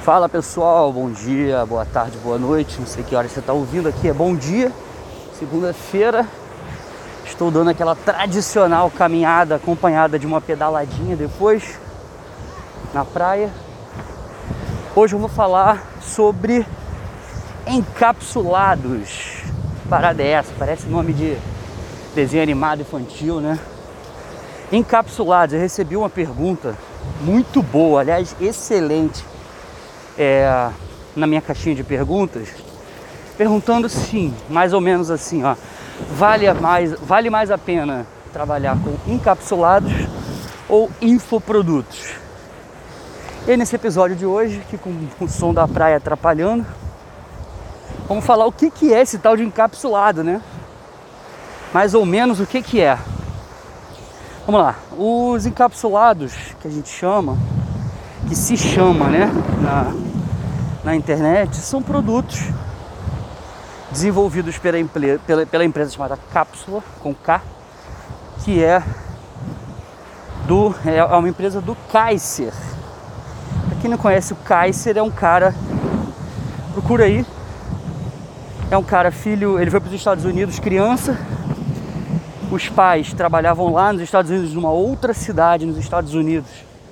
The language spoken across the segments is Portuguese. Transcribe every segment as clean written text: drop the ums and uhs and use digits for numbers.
Fala pessoal, bom dia, boa tarde, boa noite, não sei que hora você está ouvindo aqui, é bom dia, segunda-feira, estou dando aquela tradicional caminhada acompanhada de uma pedaladinha depois, na praia. Hoje eu vou falar sobre encapsulados, parada é essa, parece nome de desenho animado infantil, né? Encapsulados, eu recebi uma pergunta muito boa, aliás, excelente, na minha caixinha de perguntas, perguntando sim, mais ou menos assim, ó, vale mais a pena trabalhar com encapsulados ou infoprodutos? E aí, nesse episódio de hoje, que com o som da praia atrapalhando, vamos falar o que é esse tal de encapsulado, né? Mais ou menos o que é. Vamos lá, os encapsulados que a gente chama, que se chama, né, na internet, são produtos desenvolvidos pela empresa chamada Cápsula, com K, que é uma empresa do Kaiser. Para quem não conhece, o Kaiser é um cara, procura aí, é um cara filho, ele foi para os Estados Unidos criança, os pais trabalhavam lá nos Estados Unidos, numa outra cidade nos Estados Unidos,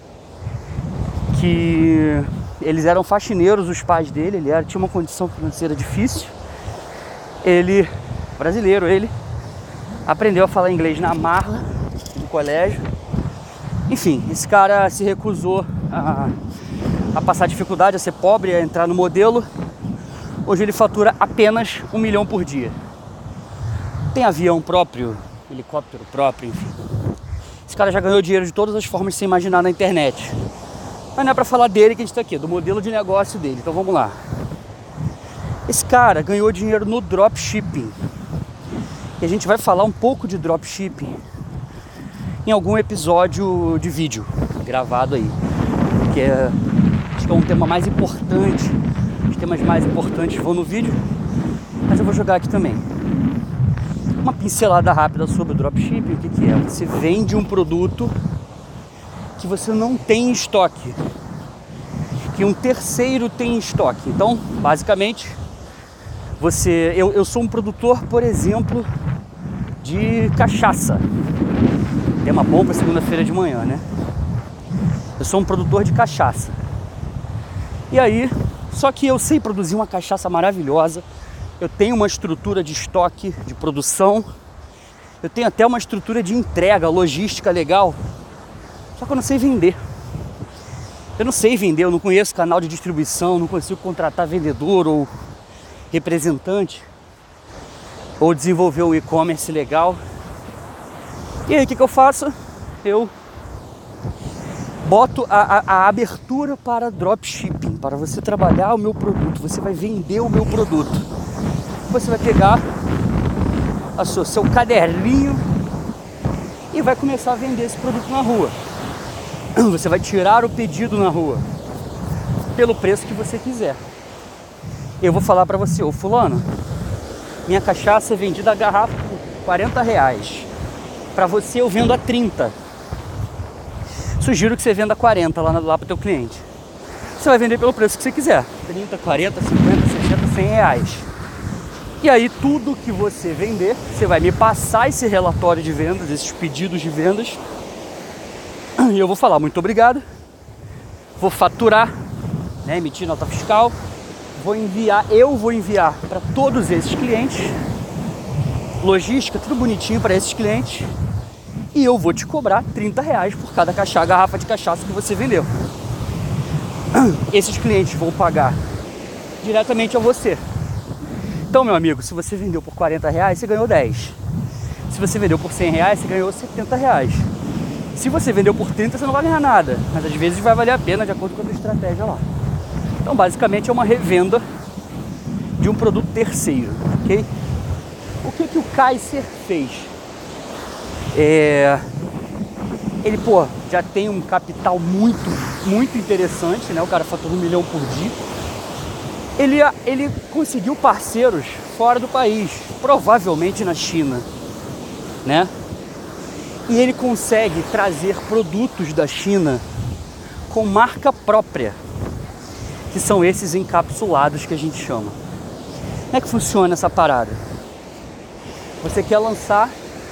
que eles eram faxineiros, os pais dele, tinha uma condição financeira difícil. Ele, brasileiro, ele aprendeu a falar inglês na marra do colégio. Enfim, esse cara se recusou a passar dificuldade, a ser pobre, a entrar no modelo. Hoje ele fatura apenas 1 milhão por dia. Tem avião próprio, helicóptero próprio, enfim. Esse cara já ganhou dinheiro de todas as formas sem imaginar na internet. Mas não é pra falar dele que a gente tá aqui, do modelo de negócio dele. Então vamos lá. Esse cara ganhou dinheiro no dropshipping. E a gente vai falar um pouco de dropshipping em algum episódio de vídeo gravado aí. Acho que é um tema mais importante. Os temas mais importantes vão no vídeo, mas eu vou jogar aqui também. Uma pincelada rápida sobre o dropshipping. O que é? Você vende um produto que você não tem em estoque, que um terceiro tem em estoque. Então, basicamente, eu sou um produtor, por exemplo, de cachaça. Tema bom para segunda-feira de manhã, né? Eu sou um produtor de cachaça. E aí, só que eu sei produzir uma cachaça maravilhosa. Eu tenho uma estrutura de estoque, de produção. Eu tenho até uma estrutura de entrega, logística legal. Só que eu não sei vender. Eu não sei vender, eu não conheço canal de distribuição, não consigo contratar vendedor ou representante, ou desenvolver um e-commerce legal. E aí o que eu faço? Eu boto a abertura para dropshipping, para você trabalhar o meu produto, você vai vender o meu produto. Você vai pegar seu caderninho e vai começar a vender esse produto na rua. Você vai tirar o pedido na rua pelo preço que você quiser. Eu vou falar pra você, ô fulano, minha cachaça é vendida a garrafa por 40 reais. Pra você eu vendo a 30. Sugiro que você venda a 40 lá pro teu cliente. Você vai vender pelo preço que você quiser. 30, 40, 50, 60, 100 reais. E aí tudo que você vender, você vai me passar esse relatório de vendas, esses pedidos de vendas. E eu vou falar muito obrigado, vou faturar, né, emitir nota fiscal, eu vou enviar para todos esses clientes, logística, tudo bonitinho para esses clientes, e eu vou te cobrar 30 reais por cada garrafa de cachaça que você vendeu. Esses clientes vão pagar diretamente a você. Então, meu amigo, se você vendeu por 40 reais, você ganhou 10. Se você vendeu por 100 reais, você ganhou 70 reais. Se você vendeu por 30, você não vai ganhar nada, mas às vezes vai valer a pena de acordo com a sua estratégia lá. Então, basicamente, é uma revenda de um produto terceiro, ok? O que o Kaiser fez? Ele, já tem um capital muito, muito interessante, né? O cara fatura 1 milhão por dia. Ele conseguiu parceiros fora do país, provavelmente na China, né? E ele consegue trazer produtos da China com marca própria. que são esses encapsulados que a gente chama. Como é que funciona essa parada? Você quer lançar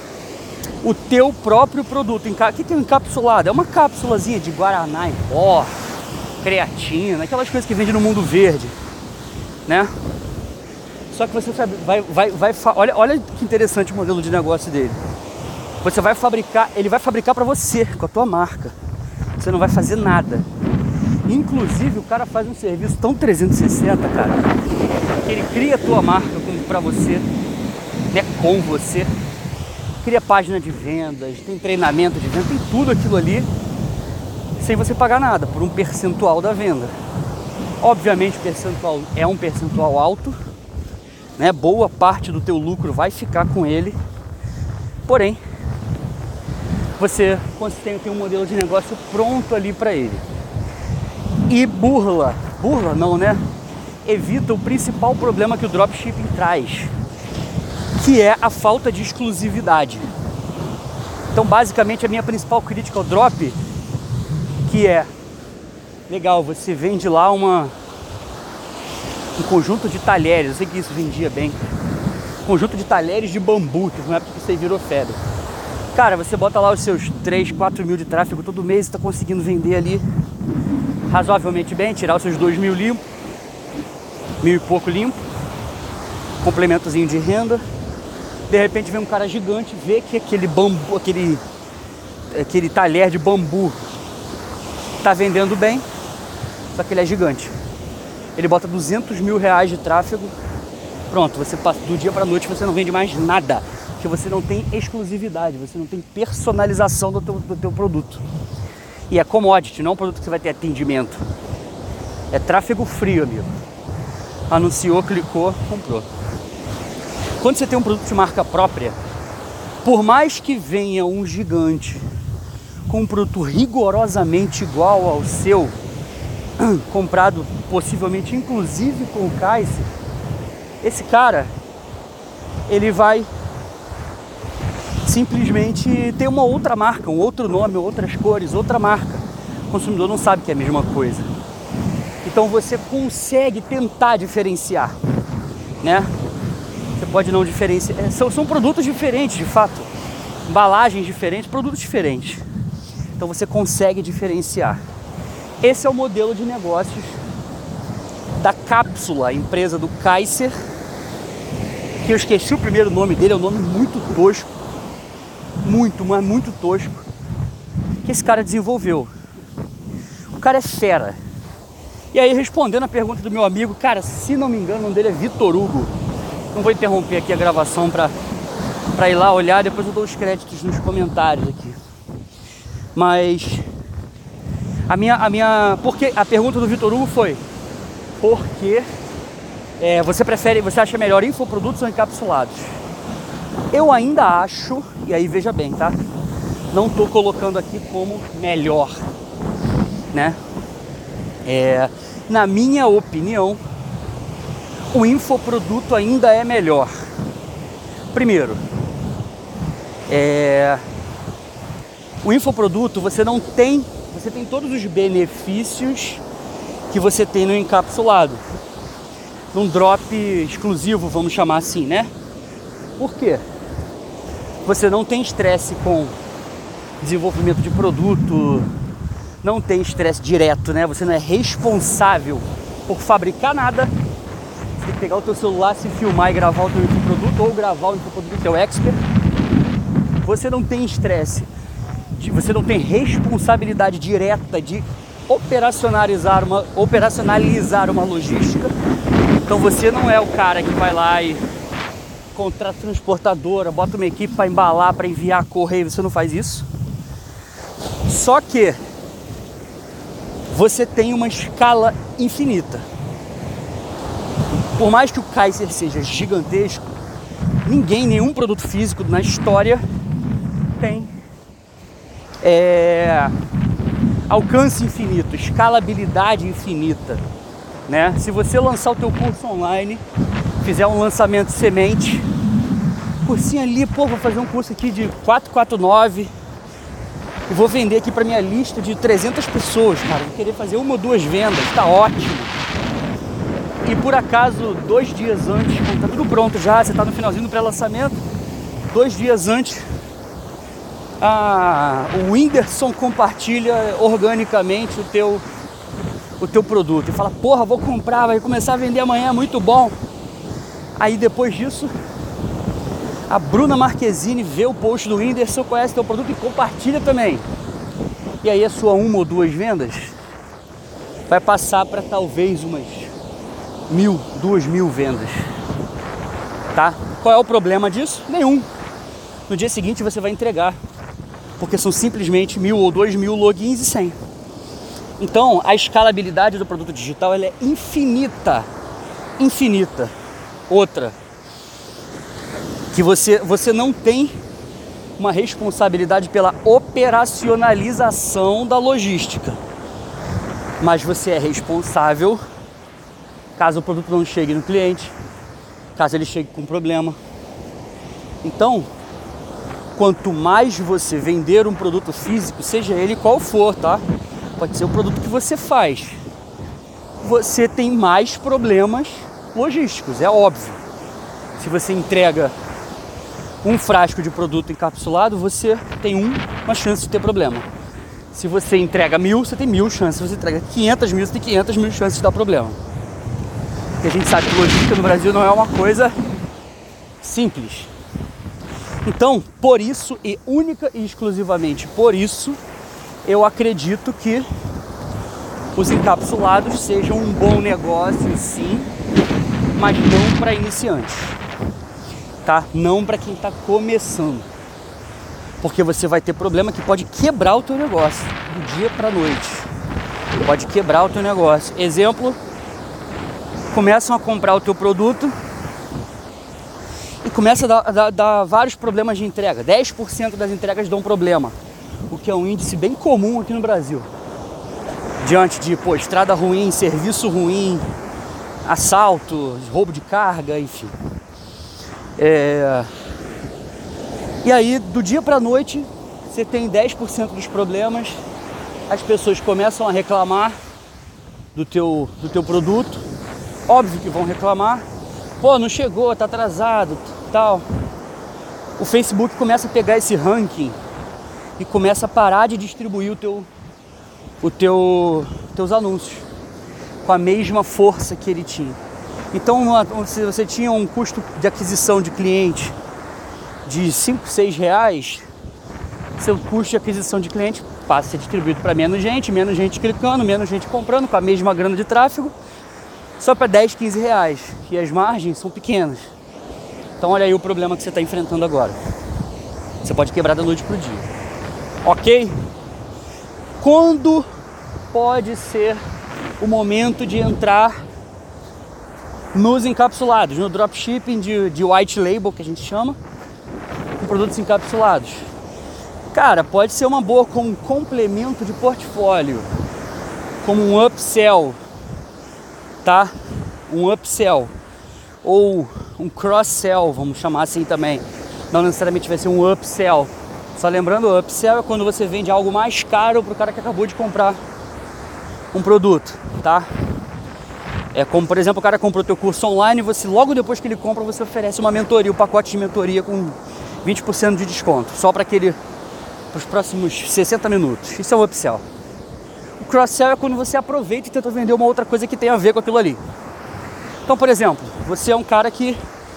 o teu próprio produto. O que é um encapsulado? É uma cápsulazinha de guaraná em pó, creatina, aquelas coisas que vende no mundo verde, né? Só que você olha que interessante o modelo de negócio dele. Você vai fabricar, ele vai fabricar para você, com a tua marca. Você não vai fazer nada. Inclusive, o cara faz um serviço tão 360, cara, que ele cria a tua marca para você, né, com você. Cria página de vendas, tem treinamento de venda, tem tudo aquilo ali, sem você pagar nada, por um percentual da venda. Obviamente, o percentual é um percentual alto, né? Boa parte do teu lucro vai ficar com ele. Porém, você tem um modelo de negócio pronto ali para ele. E burla não, né? Evita o principal problema que o dropshipping traz, que é a falta de exclusividade. Então, basicamente, a minha principal crítica ao drop, que é, legal, você vende lá um conjunto de talheres, eu sei que isso vendia bem, conjunto de talheres de bambu, que na época que isso aí virou febre. Cara, você bota lá os seus 3, 4 mil de tráfego todo mês, está conseguindo vender ali razoavelmente bem, tirar os seus 2 mil limpo, 1.000 e pouco limpo, complementozinho de renda. De repente vem um cara gigante, vê que aquele bambu, aquele talher de bambu tá vendendo bem, só que ele é gigante. Ele bota 200 mil reais de tráfego, pronto, você passa do dia para noite, você não vende mais nada, porque você não tem exclusividade, você não tem personalização do teu produto. E é commodity, não é um produto que você vai ter atendimento. É tráfego frio, amigo. Anunciou, clicou, comprou. Quando você tem um produto de marca própria, por mais que venha um gigante com um produto rigorosamente igual ao seu, comprado possivelmente inclusive com o Kaiser, esse cara, ele vai simplesmente ter uma outra marca, um outro nome, outras cores, outra marca. O consumidor não sabe que é a mesma coisa. Então você consegue tentar diferenciar, né? Você pode não diferenciar. São produtos diferentes, de fato. Embalagens diferentes, produtos diferentes. Então você consegue diferenciar. Esse é o modelo de negócios da Cápsula, a empresa do Kaiser, que eu esqueci o primeiro nome dele, é um nome muito tosco. Mas muito tosco. Que esse cara desenvolveu. O cara é fera. E aí, respondendo a pergunta do meu amigo, cara, se não me engano, o nome dele é Vitor Hugo. Não vou interromper aqui a gravação para ir lá olhar, depois eu dou os créditos nos comentários aqui. Mas porque a pergunta do Vitor Hugo foi: por que você acha melhor infoprodutos ou encapsulados? Eu ainda acho, e aí veja bem, tá? Não tô colocando aqui como melhor, né? Na minha opinião, o infoproduto ainda é melhor. Primeiro, o infoproduto você tem todos os benefícios que você tem no encapsulado, num drop exclusivo, vamos chamar assim, né? Por quê? Você não tem estresse com desenvolvimento de produto, não tem estresse direto, né? Você não é responsável por fabricar nada. Você tem que pegar o teu celular, se filmar e gravar o teu infoproduto, ou gravar o infoproduto do teu expert. Você não tem estresse, você não tem responsabilidade direta de operacionalizar uma logística. Então você não é o cara que vai lá e contrata transportadora, bota uma equipe para embalar, para enviar correio, você não faz isso. Só que você tem uma escala infinita. Por mais que o Kaiser seja gigantesco, nenhum produto físico na história tem alcance infinito, escalabilidade infinita, né? Se você lançar o teu curso online, fizer um lançamento semente, cursinho ali, vou fazer um curso aqui de 449 e vou vender aqui para minha lista de 300 pessoas, cara, vou querer fazer 1 ou 2 vendas, tá ótimo. e por acaso 2 dias antes, quando tá tudo pronto já, você tá no finalzinho do pré-lançamento, 2 dias antes, o Whindersson compartilha organicamente o teu produto e fala, porra, vou comprar, vai começar a vender amanhã, é muito bom. Aí depois disso, a Bruna Marquezine vê o post do Whindersson, conhece teu produto e compartilha também. E aí a sua 1 ou 2 vendas vai passar para talvez umas 1.000, 2.000 vendas, tá? Qual é o problema disso? Nenhum. No dia seguinte você vai entregar, porque são simplesmente 1.000 ou 2.000 logins e 100. Então a escalabilidade do produto digital ela é infinita, infinita. Outra, que você não tem uma responsabilidade pela operacionalização da logística, mas você é responsável caso o produto não chegue no cliente, caso ele chegue com problema. Então, quanto mais você vender um produto físico, seja ele qual for, tá? Pode ser o produto que você faz, você tem mais problemas logísticos, é óbvio. Se você entrega um frasco de produto encapsulado, você tem uma chance de ter problema. Se você entrega 1.000, você tem 1.000 chances. Se você entrega 500 mil, você tem 500 mil chances de dar problema. Porque a gente sabe que logística no Brasil não é uma coisa simples. Então, por isso, e única e exclusivamente por isso, eu acredito que os encapsulados sejam um bom negócio, sim, mas não para iniciantes, tá? Não para quem está começando, porque você vai ter problema que pode quebrar o teu negócio do dia para a noite. Pode quebrar o teu negócio. Exemplo, começam a comprar o teu produto e começa a dar vários problemas de entrega. 10% das entregas dão problema, o que é um índice bem comum aqui no Brasil. Diante de, estrada ruim, serviço ruim, assalto, roubo de carga, enfim. E aí, do dia para a noite, você tem 10% dos problemas, as pessoas começam a reclamar do teu produto. Óbvio que vão reclamar. Pô, não chegou, tá atrasado, tal. O Facebook começa a pegar esse ranking e começa a parar de distribuir teus anúncios com a mesma força que ele tinha. Então, se você tinha um custo de aquisição de cliente de 5, 6 reais, seu custo de aquisição de cliente passa a ser distribuído para menos gente clicando, menos gente comprando, com a mesma grana de tráfego, só para 10, 15 reais. E as margens são pequenas. Então olha aí o problema que você está enfrentando agora. Você pode quebrar da noite para o dia. Ok? Quando pode ser o momento de entrar nos encapsulados, no dropshipping de white label, que a gente chama, com produtos encapsulados? Cara, pode ser uma boa como um complemento de portfólio, como um upsell, tá? Um upsell ou um cross-sell, vamos chamar assim também. Não necessariamente vai ser um upsell. Só lembrando, o upsell é quando você vende algo mais caro para o cara que acabou de comprar um produto, tá? É como, por exemplo, o cara comprou teu curso online e você, logo depois que ele compra, você oferece uma mentoria, um pacote de mentoria com 20% de desconto, só para os próximos 60 minutos. Isso é um upsell. O cross-sell é quando você aproveita e tenta vender uma outra coisa que tem a ver com aquilo ali. Então, por exemplo, você é um cara que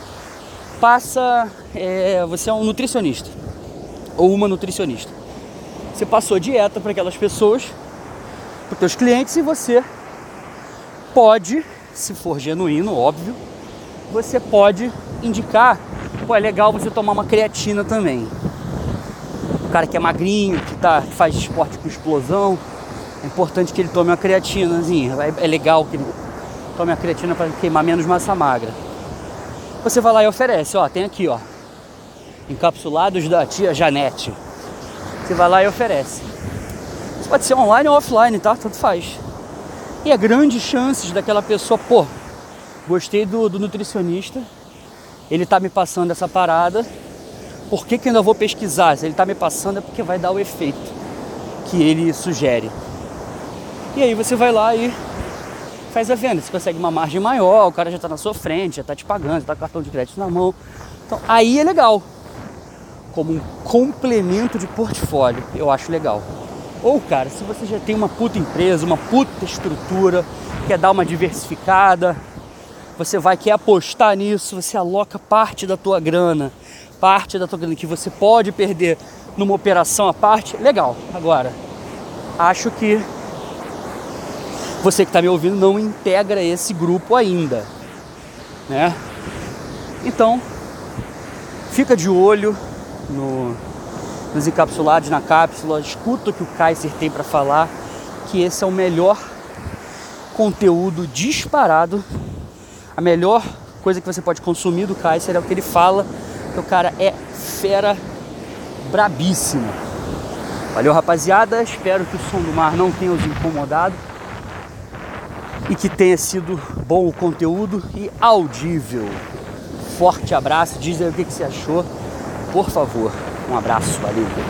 você é um nutricionista ou uma nutricionista. Você passou dieta para aquelas pessoas, para os teus clientes, e você pode, se for genuíno, óbvio, você pode indicar, é legal você tomar uma creatina também. O cara que é magrinho, que faz esporte com explosão, é importante que ele tome uma creatinazinha. É legal que ele tome a creatina para queimar menos massa magra. Você vai lá e oferece, tem aqui, encapsulados da tia Janete. Você vai lá e oferece. Isso pode ser online ou offline, tá? Tanto faz. E há grandes chances daquela pessoa, gostei do nutricionista, ele tá me passando essa parada, por que eu ainda vou pesquisar? Se ele tá me passando é porque vai dar o efeito que ele sugere. E aí você vai lá e faz a venda, você consegue uma margem maior, o cara já tá na sua frente, já tá te pagando, já tá com cartão de crédito na mão. Então aí é legal, como um complemento de portfólio, eu acho legal. Ou, cara, se você já tem uma puta empresa, uma puta estrutura, quer dar uma diversificada, você quer apostar nisso, você aloca parte da tua grana que você pode perder numa operação à parte, legal. Agora, acho que você que está me ouvindo não integra esse grupo ainda, né? Então, fica de olho nos encapsulados, na cápsula, escuta o que o Kaiser tem para falar, que esse é o melhor conteúdo disparado, a melhor coisa que você pode consumir do Kaiser é o que ele fala, que o cara é fera brabíssimo. Valeu, rapaziada, espero que o som do mar não tenha os incomodado e que tenha sido bom o conteúdo e audível. Forte abraço, diz aí o que você achou, por favor. Um abraço, valeu.